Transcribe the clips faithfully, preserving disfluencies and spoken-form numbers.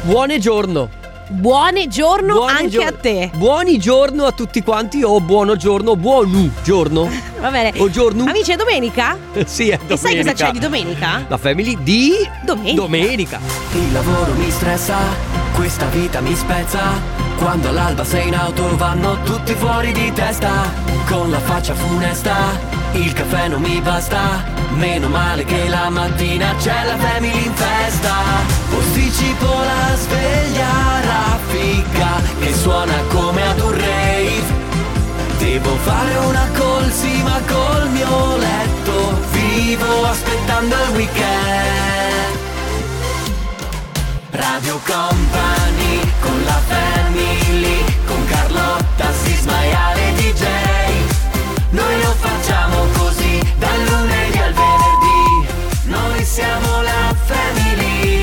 Buone giorno. Buone giorno Buoni anche gior- a te. Buoni giorno a tutti quanti. O buono giorno, buonu giorno. Va bene. O giorno. Amici, è domenica? Sì, è domenica. E sai cosa c'è di domenica? La family di Domenica. domenica. Il lavoro mi stressa, questa vita mi spezza. Quando all'alba sei in auto vanno tutti fuori di testa. Con la faccia funesta, il caffè non mi basta. Meno male che la mattina c'è la family in festa. Posticipo la sveglia raffica che suona come ad un rave. Devo fare una call, sì, ma col mio letto vivo aspettando il weekend. Radio Company con la family, con Carlotta, Sisma e Ale D J. Noi lo facciamo così, dal lunedì al venerdì. Noi siamo la family.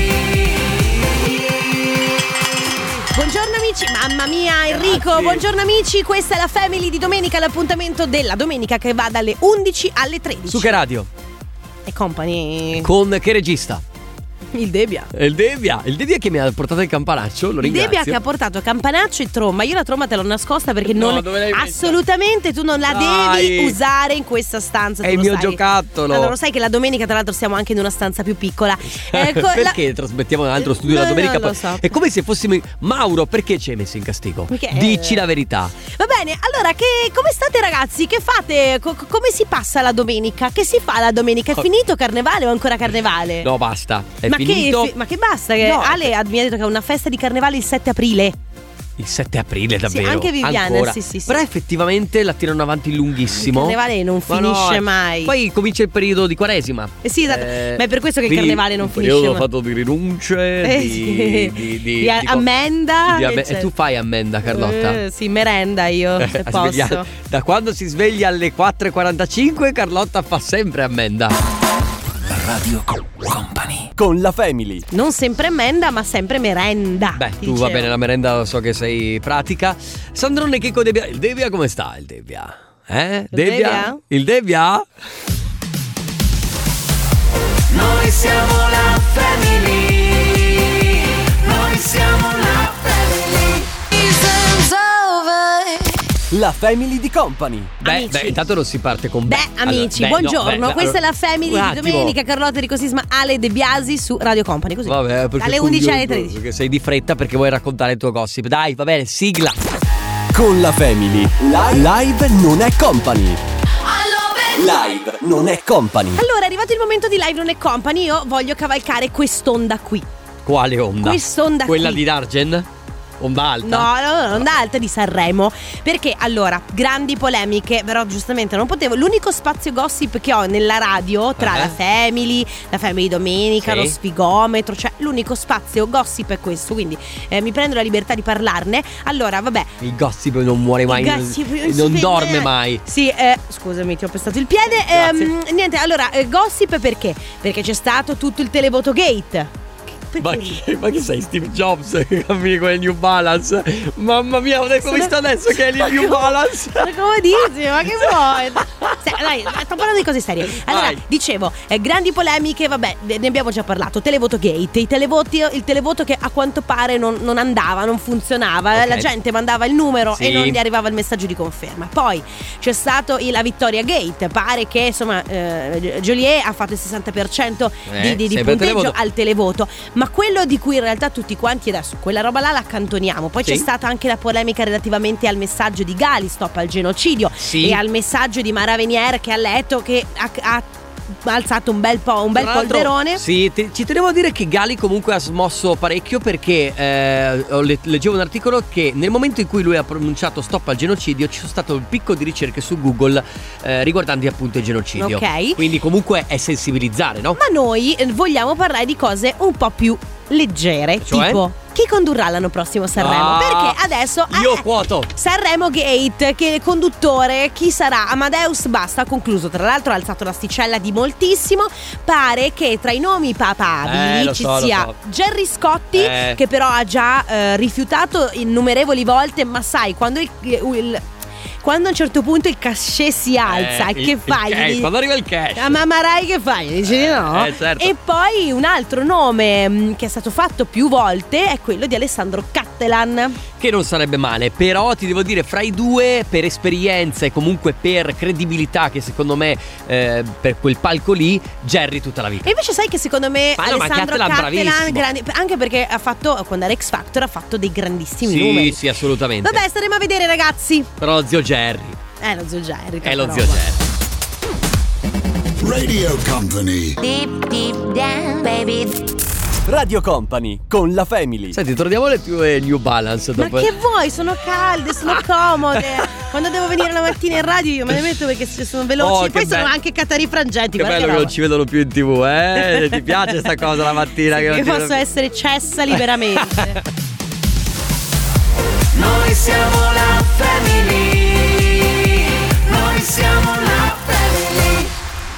Buongiorno amici, mamma mia Enrico, Grazie. buongiorno amici, questa è la family di domenica, l'appuntamento della domenica che va dalle undici alle tredici. Su che radio? E Company. Con che regista? Il Debbia. Il Debbia. Il Debbia che mi ha portato il campanaccio, lo Il ringrazio. Debbia che ha portato campanaccio e tromba. Io la tromba te l'ho nascosta perché No, non dove l'hai messa? assolutamente tu non la Dai. devi usare in questa stanza. È tu il lo mio sai. giocattolo. Allora, lo sai che la domenica tra l'altro siamo anche in una stanza più piccola. Ecco, la- Perché trasmettiamo in un altro studio No, la domenica? no, lo so. È come se fossimo Mauro, perché ci hai messo in castigo? Perché- Dici la verità. Va bene, allora che come state ragazzi? Che fate? Co- come si passa la domenica? Che si fa la domenica? È Oh. finito carnevale o ancora carnevale? No, basta. È ma, finito. che, fi- ma che basta? Che No, Ale ha- mi ha detto che ha una festa di carnevale il sette aprile. Il sette aprile davvero. anche Viviana, Ancora. sì, sì, sì. Però effettivamente la tirano avanti lunghissimo. Il carnevale non Ma no, finisce mai. Poi comincia il periodo di Quaresima. Eh sì, esatto. Ma è per questo che il quindi carnevale non un finisce periodo mai. fatto di rinunce, Eh, di, sì. di, Di a- ammenda, di amme- eccetera. E tu fai ammenda, Carlotta? Eh, sì, merenda io, se A posso. sveglia- da quando si sveglia alle quattro e quarantacinque Carlotta fa sempre ammenda. Radio Company con la family. Non sempre ammenda, ma sempre merenda. Beh, ti tu va dicevo. bene, la merenda so che sei pratica. Sandrone Checco Debbia. Il Debbia come sta il Debbia? Eh? Il Debbia? Il Debbia? Noi siamo la family. Noi siamo la family. La family di Company. Beh, Amici. beh, intanto non si parte con Beh, Allora, amici, beh, no, buongiorno. beh, Questa allora, è la family un di attimo. domenica. Carlotta Enrico Sisma, Ale De Biasi su Radio Company. Così. Vabbè, perché dalle tu- undici io- alle tredici. Perché sei di fretta perché vuoi raccontare il tuo gossip. Dai, va bene, sigla. Con la family. Live non è Company. Live non è Company. Allora, è arrivato il momento di Live Non è Company. Io voglio cavalcare quest'onda qui. Quale onda? Quest'onda Quella qui. di Dargen? Onda alta? No, no, no, onda alta di Sanremo. Perché allora, grandi polemiche, però giustamente non potevo. L'unico spazio gossip che ho nella radio tra Eh. la Family, la Family Domenica, Sì. lo sfigometro, cioè l'unico spazio gossip è questo. Quindi eh, mi prendo la libertà di parlarne. Allora, vabbè. Il gossip non muore mai, Il non, gossip non si non ferma dorme mai. Sì, eh, scusami, ti ho pestato il piede. Grazie. Ehm, niente, allora, eh, gossip perché? Perché c'è stato tutto il televoto gate. Ma che, ma che sei Steve Jobs che cammini con il New Balance? Mamma mia, guarda come sta adesso che è il New Balance. Sono comodissimo, ma che vuoi? Sì, dai, sto parlando di cose serie. Allora, Vai. dicevo, eh, grandi polemiche, vabbè, ne abbiamo già parlato. Televoto gate, i televoti, il televoto che a quanto pare non, non andava, non funzionava. Ok. La gente mandava il numero Sì. e non gli arrivava il messaggio di conferma. Poi c'è stato il- la Vittoria Gate. Pare che insomma eh, Joliet ha fatto il sessanta per cento Eh, di, di, di sempre punteggio televoto. al televoto. Ma quello di cui in realtà tutti quanti adesso quella roba là la accantoniamo. Poi Sì. c'è stata anche la polemica relativamente al messaggio di Gali, stop al genocidio, Sì. e al messaggio di Mara Venier che ha letto che ha, ha alzato un bel po' un bel Tra l'altro, polverone. Sì, te- ci tenevo a dire che Gali comunque ha smosso parecchio perché eh, ho le- leggevo un articolo che nel momento in cui lui ha pronunciato stop al genocidio ci sono stato un picco di ricerche su Google eh, riguardanti appunto il genocidio. Ok. Quindi comunque è sensibilizzare, no? Ma noi eh, vogliamo parlare di cose un po' più leggere, Cioè? tipo chi condurrà l'anno prossimo a Sanremo? Ah, Perché adesso io eh, quoto. Sanremo Gate, che conduttore chi sarà? Amadeus Basta ha concluso, tra l'altro ha alzato l'asticella di moltissimo. Pare che tra i nomi papabili Eh, lo ci so, lo sia so. Gerry Scotti, Eh. che però ha già eh, rifiutato innumerevoli volte, ma sai, quando il, il quando a un certo punto il cachet si alza, Eh, che il- fai? il cash, Gli- quando arriva il cash. A mamma Rai che fai? Gli dici di no? Eh, certo. E poi un altro nome mh, che è stato fatto più volte è quello di Alessandro Cattelan. Che non sarebbe male, però ti devo dire, fra i due, per esperienza e comunque per credibilità, che secondo me eh, per quel palco lì, Jerry tutta la vita. E invece sai che secondo me Ma no, ma Alessandro Cattelan Cattelan, bravissimo. grandi- anche perché ha fatto, quando era X Factor, ha fatto dei grandissimi Sì, numeri. sì, assolutamente. Vabbè, staremo a vedere, ragazzi. Però lo zio Jerry. Eh, lo zio Jerry. È lo tanta zio roba. Jerry. Radio Company. Deep, deep down, baby. Radio Company con la Family. Senti, torniamo alle tue New Balance Ma dopo. che vuoi? Sono calde, sono comode. Quando devo venire la mattina in radio io me le metto perché sono veloci. Oh, che Poi sono bello. anche catarifrangenti. Che guarda bello che roba. non ci vedono più in tv, eh? Ti piace sta cosa la mattina? Sì, che non che ti posso vedono più? essere cessa liberamente. Noi siamo la family. Noi siamo la family.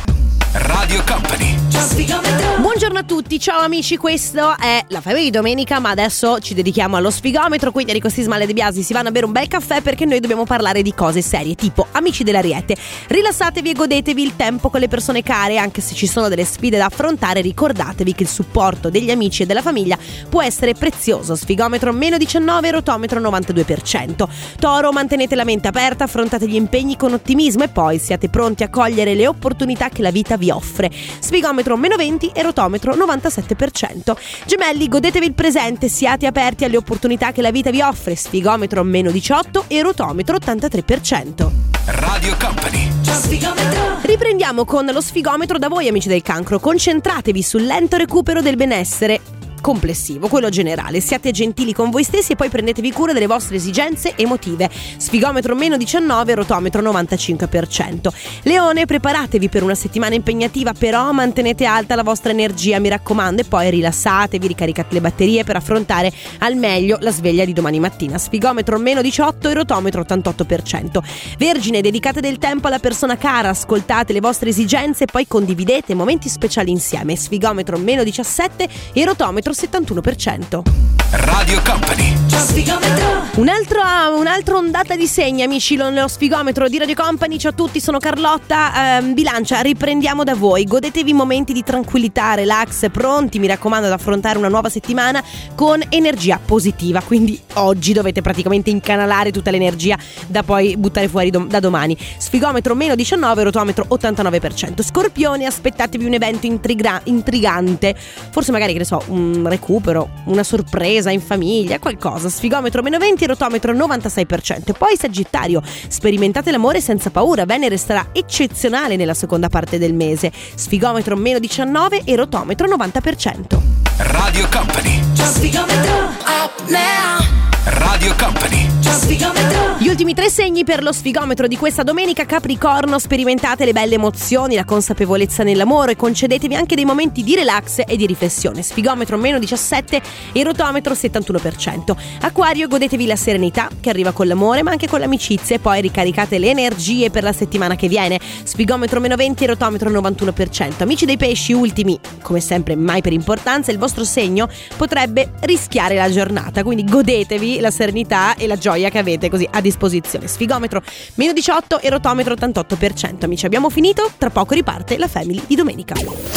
Radio Company. Buongiorno a tutti, ciao amici, questo è la Family Domenica, ma adesso ci dedichiamo allo sfigometro, quindi Enrico Sisma e De Biasi si vanno a bere un bel caffè perché noi dobbiamo parlare di cose serie, tipo amici dell'Ariete. Rilassatevi e godetevi il tempo con le persone care, anche se ci sono delle sfide da affrontare, ricordatevi che il supporto degli amici e della famiglia può essere prezioso. Sfigometro meno diciannove, rotometro novantadue per cento. Toro, mantenete la mente aperta, affrontate gli impegni con ottimismo e poi siate pronti a cogliere le opportunità che la vita vi offre. Sfigometro meno venti e rotometro novantasette per cento. Gemelli, godetevi il presente, siate aperti alle opportunità che la vita vi offre. Sfigometro meno diciotto e rotometro ottantatré per cento. Radio Company. Riprendiamo con lo sfigometro da voi, amici del cancro. Concentratevi sul lento recupero del benessere complessivo, quello generale. Siate gentili con voi stessi e poi prendetevi cura delle vostre esigenze emotive. Sfigometro meno diciannove, rotometro novantacinque per cento. Leone, preparatevi per una settimana impegnativa, però mantenete alta la vostra energia, mi raccomando, e poi rilassatevi, ricaricate le batterie per affrontare al meglio la sveglia di domani mattina. Sfigometro meno diciotto e rotometro ottantotto per cento. Vergine, dedicate del tempo alla persona cara, ascoltate le vostre esigenze e poi condividete momenti speciali insieme. Sfigometro meno diciassette e rotometro settantuno per cento. Radio Company. Un altro, un'altra ondata di segni, amici, lo- nello sfigometro di Radio Company. Ciao a tutti, sono Carlotta. Ehm, bilancia, riprendiamo da voi. Godetevi momenti di tranquillità, relax, pronti, mi raccomando, ad affrontare una nuova settimana con energia positiva. Quindi oggi dovete praticamente incanalare tutta l'energia da poi buttare fuori dom- da domani. Sfigometro meno diciannove, rotometro ottantanove per cento. Scorpione, aspettatevi un evento intrigra- intrigante. Forse magari, che ne so, un recupero, una sorpresa in famiglia, qualcosa. Sfigometro meno venti, rotometro novantasei per cento. Poi Sagittario, sperimentate l'amore senza paura, Venere sarà eccezionale nella seconda parte del mese. Sfigometro meno diciannove e rotometro novanta per cento. Radio Company. Radio Company. Gli ultimi tre segni per lo sfigometro di questa domenica. Capricorno, sperimentate le belle emozioni, la consapevolezza nell'amore, concedetevi anche dei momenti di relax e di riflessione. Sfigometro meno diciassette e rotometro settantuno per cento. Acquario, godetevi la serenità che arriva con l'amore ma anche con l'amicizia e poi ricaricate le energie per la settimana che viene. Sfigometro meno venti e rotometro novantuno per cento. Amici dei pesci, ultimi, come sempre mai per importanza, il vostro segno potrebbe rischiare la giornata, quindi godetevi la serenità e la gioia che avete così a disposizione. Sfigometro meno diciotto e rotometro ottantotto per cento. Amici, abbiamo finito, tra poco riparte la Family di domenica.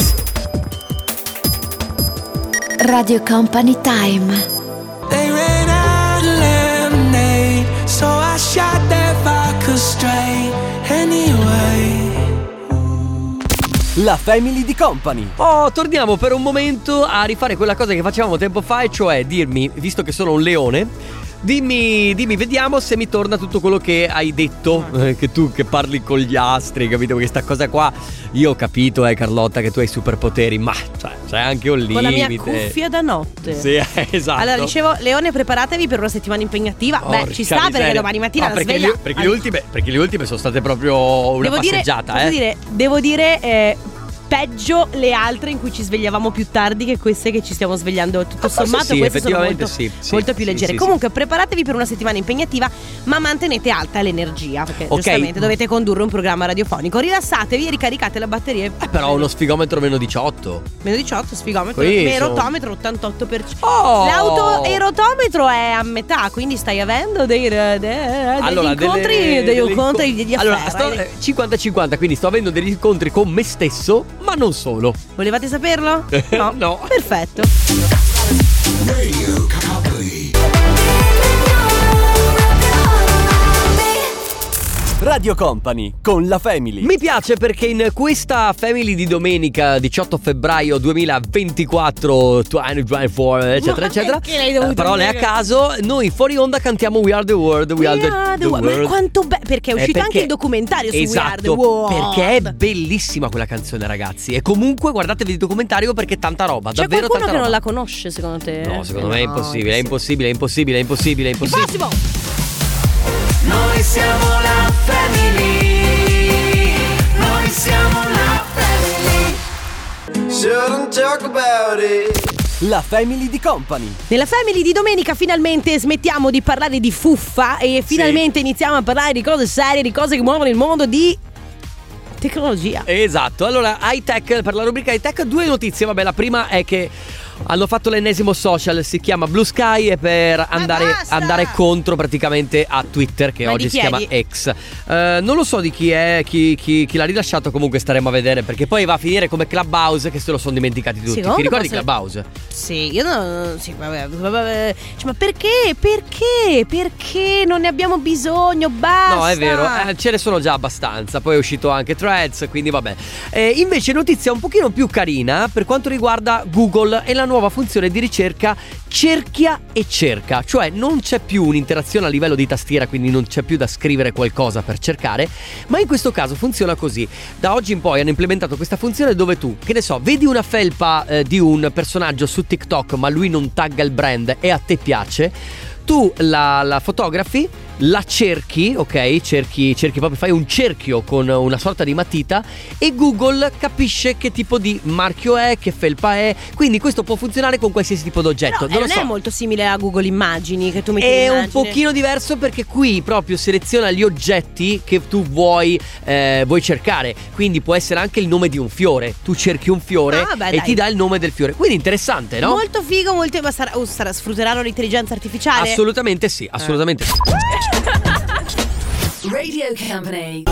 Radio Company Time. They ran out of lemonade, so I shot that vodka straight anyway. La Family di Company. Oh, torniamo per un momento a rifare quella cosa che facevamo tempo fa, e cioè dirmi, visto che sono un leone, Dimmi, dimmi, vediamo se mi torna tutto quello che hai detto, eh, che tu che parli con gli astri, capito? Questa cosa qua, io ho capito, eh Carlotta, che tu hai superpoteri, ma cioè, c'è anche un limite. Con la mia cuffia da notte. Sì, esatto. Allora, dicevo, Leone, preparatevi per una settimana impegnativa. Porca Beh, ci sta, perché miseria. domani mattina No, la perché, sveglia. le, perché, le ultime, perché le ultime sono state proprio una devo dire, passeggiata, posso eh dire, devo dire, eh, peggio le altre in cui ci svegliavamo più tardi che queste che ci stiamo svegliando. Tutto Ah, forse sommato sì, queste sono effettivamente molto, sì, sì, molto più sì, leggere. sì, Comunque preparatevi per una settimana impegnativa, ma mantenete alta l'energia, perché Ok. giustamente dovete condurre un programma radiofonico. Rilassatevi e ricaricate la batteria. Eh, però uno sfigometro meno diciotto. Meno diciotto, sfigometro. Qui Erotometro ottantotto per cento. Oh! L'auto erotometro è a metà, quindi stai avendo dei, de- degli Allora, incontri, delle- degli delle incontri inco- di Allora, affari. sto, eh, cinquanta cinquanta, quindi sto avendo degli incontri con me stesso, ma non solo. Volevate saperlo? No. No. Perfetto. Radio Company con la Family. Mi piace perché in questa Family di domenica diciotto febbraio duemilaventiquattro, duemilaventiquattro eccetera Ma eccetera, perché l'hai dovuto eh, parole a dire? caso, noi fuori onda cantiamo We Are The World, We Are The, We Are the the World. World. Ma quanto bello, perché è Eh, uscito perché- anche il documentario su esatto, We Are The World. perché è bellissima quella canzone, ragazzi. E comunque guardatevi il documentario perché è tanta roba, C'è davvero qualcuno tanta che non roba. la conosce, secondo te? No, secondo me è No, impossibile, è sì. impossibile, è impossibile, è impossibile, è impossibile. Impossibile. Noi siamo la family. Noi siamo la family. Shouldn't talk about it. La Family di Company. Nella Family di domenica finalmente smettiamo di parlare di fuffa e finalmente iniziamo a parlare di cose serie, di cose che muovono il mondo, di tecnologia. Esatto, allora high tech, per la rubrica high tech due notizie. Vabbè, la prima è che hanno fatto l'ennesimo social, si chiama Blue Sky, e per andare, basta! andare contro praticamente a Twitter, che Ma oggi di si chi è? chiama Di- X. Eh, non lo so di chi è, chi, chi, chi l'ha rilasciato, comunque staremo a vedere, perché poi va a finire come Clubhouse, che se lo sono dimenticati tutti. Secondo Ti ricordi me se- Clubhouse? Sì, io non. Sì, vabbè, vabbè. Cioè, ma perché? Perché? Perché non ne abbiamo bisogno? Basta. No, è vero, eh, ce ne sono già abbastanza. Poi è uscito anche Threads, quindi vabbè. Eh, invece notizia un pochino più carina per quanto riguarda Google e la nuova funzione di ricerca cerchia e cerca. Cioè non c'è più un'interazione a livello di tastiera, quindi non c'è più da scrivere qualcosa per cercare, ma in questo caso funziona così. Da oggi in poi hanno implementato questa funzione dove tu, che ne so, vedi una felpa eh, di un personaggio su TikTok, ma lui non tagga il brand e a te piace, tu la, la fotografi, la cerchi, ok? Cerchi, cerchi proprio, fai un cerchio con una sorta di matita e Google capisce che tipo di marchio è, che felpa è. Quindi questo può funzionare con qualsiasi tipo d'oggetto. Però, non eh, lo non so. è molto simile a Google Immagini, che tu metti È un l'immagine. pochino diverso perché qui proprio seleziona gli oggetti che tu vuoi, eh, vuoi cercare. Quindi può essere anche il nome di un fiore. Tu cerchi un fiore Ah, beh, e dai. ti dà il nome del fiore. Quindi interessante, no? Molto figo, molto. Ma sarà, oh, sarà- sfrutteranno l'intelligenza artificiale? Assolutamente sì, assolutamente sì. Radio Company.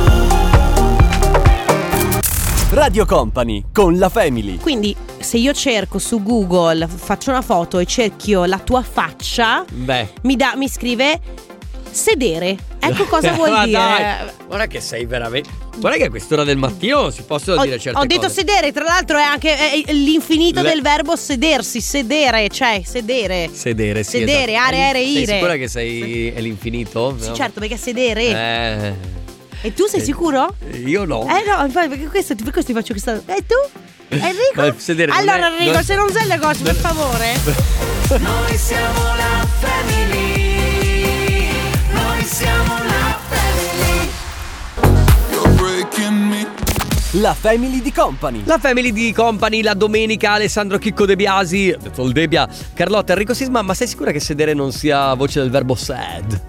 Radio Company con la Family. Quindi se io cerco su Google, faccio una foto e cerchio la tua faccia, Beh. mi, dà, mi scrive sedere. Ecco cosa vuol Ma dire. dai, guarda che sei veramente. Guarda che a quest'ora del mattino non si possono Ho, dire certe ho detto cose. sedere, tra l'altro è anche è l'infinito Le- del verbo sedersi, sedere, cioè sedere. Sedere, sì. Sedere, esatto. are, are, Sei ire. sicura che sei è l'infinito? Sì, No? certo, perché sedere. Eh, E tu sei eh, sicuro? Io no. Eh no, infatti, perché questo, per questo ti faccio questa. E tu? Enrico? Ma sedere non allora è- Enrico, non- se non sai le cose, per favore. Noi siamo la family. Noi siamo la family. You're breaking me. La Family di Company. La Family di Company, la domenica, Alessandro Chicco De Biasi, detto il Debbia, Carlotta, Enrico Sisma, ma sei sicura che sedere non sia voce del verbo sad?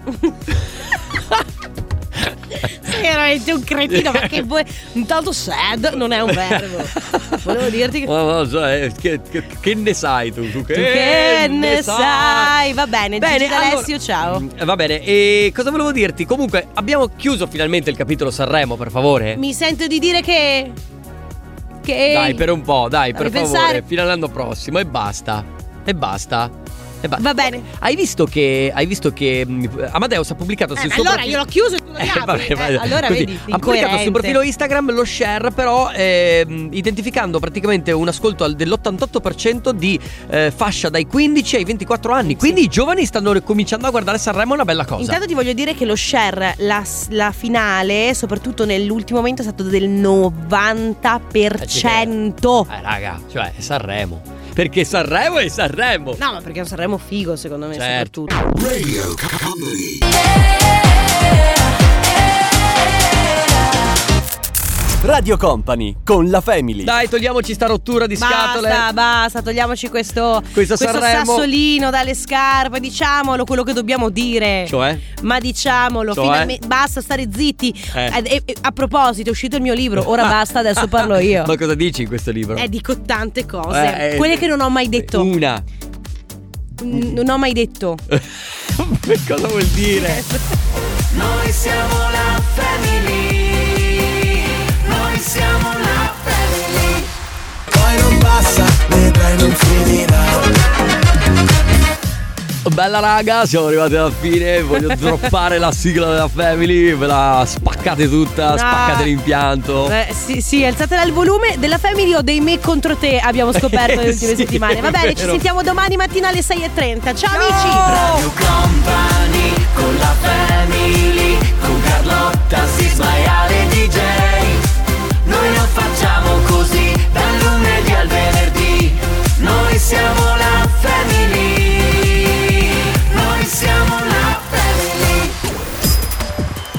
Sei veramente un cretino, perché poi intanto sad non è un verbo. Volevo dirti che. Ma no, cioè, che, che- che ne sai tu? Tu che, Tu che ne sai? Va bene, Bene, Gigi allora- D'Alessio, ciao. Mm, Va bene, e cosa volevo dirti? Comunque, abbiamo chiuso finalmente il capitolo Sanremo, per favore. Mi sento di dire che. Che. Dai, per un po', dai, per Fammi favore, pensare. fino all'anno prossimo e basta. E basta. E basta. Va bene. Hai visto che hai visto che mh, Amadeus ha pubblicato Eh, sul ma suo allora profilo- io l'ho chiuso e tu lo Eh, riapri. vabbè, Eh, vabbè. allora Così, vedi, ha pubblicato sul incoerente. profilo Instagram lo share, però ehm, identificando praticamente un ascolto al- dell'ottantotto per cento di eh, fascia dai quindici ai ventiquattro anni. Quindi i giovani stanno cominciando a guardare Sanremo, è una bella cosa. Intanto ti voglio dire che lo share, la, la finale, soprattutto nell'ultimo momento, è stato del novanta per cento. Eh raga, cioè è Sanremo. Perché Sanremo è Sanremo. No, ma perché è un Sanremo figo, secondo me, Certo. soprattutto. Radio Company. Radio Company con la Family. Dai, togliamoci sta rottura di scatole. Basta, basta, togliamoci questo, Questo questo Sanremo. sassolino dalle scarpe. Diciamolo quello che dobbiamo dire. Cioè? Ma diciamolo, Cioè? finalmente, basta stare zitti. Eh. Eh, eh, eh, a proposito, è uscito il mio libro. Ora basta, adesso parlo io. Ma cosa dici in questo libro? Eh, dico tante cose. Eh, eh, Quelle che non ho mai detto. Una. N- non ho mai detto. Cosa vuol dire? Noi siamo la family. Noi siamo la family. Poi non passa, vedrai non finirà. Bella raga, siamo arrivati alla fine. Voglio droppare la sigla della Family. Ve la spaccate tutta, No. spaccate l'impianto. Eh, sì, sì, alzatela il volume. Della Family o dei me contro te abbiamo scoperto nelle ultime Sì, settimane. Va è bene, ci vero. sentiamo domani mattina alle sei e trenta. Ciao, amici. Radio Company.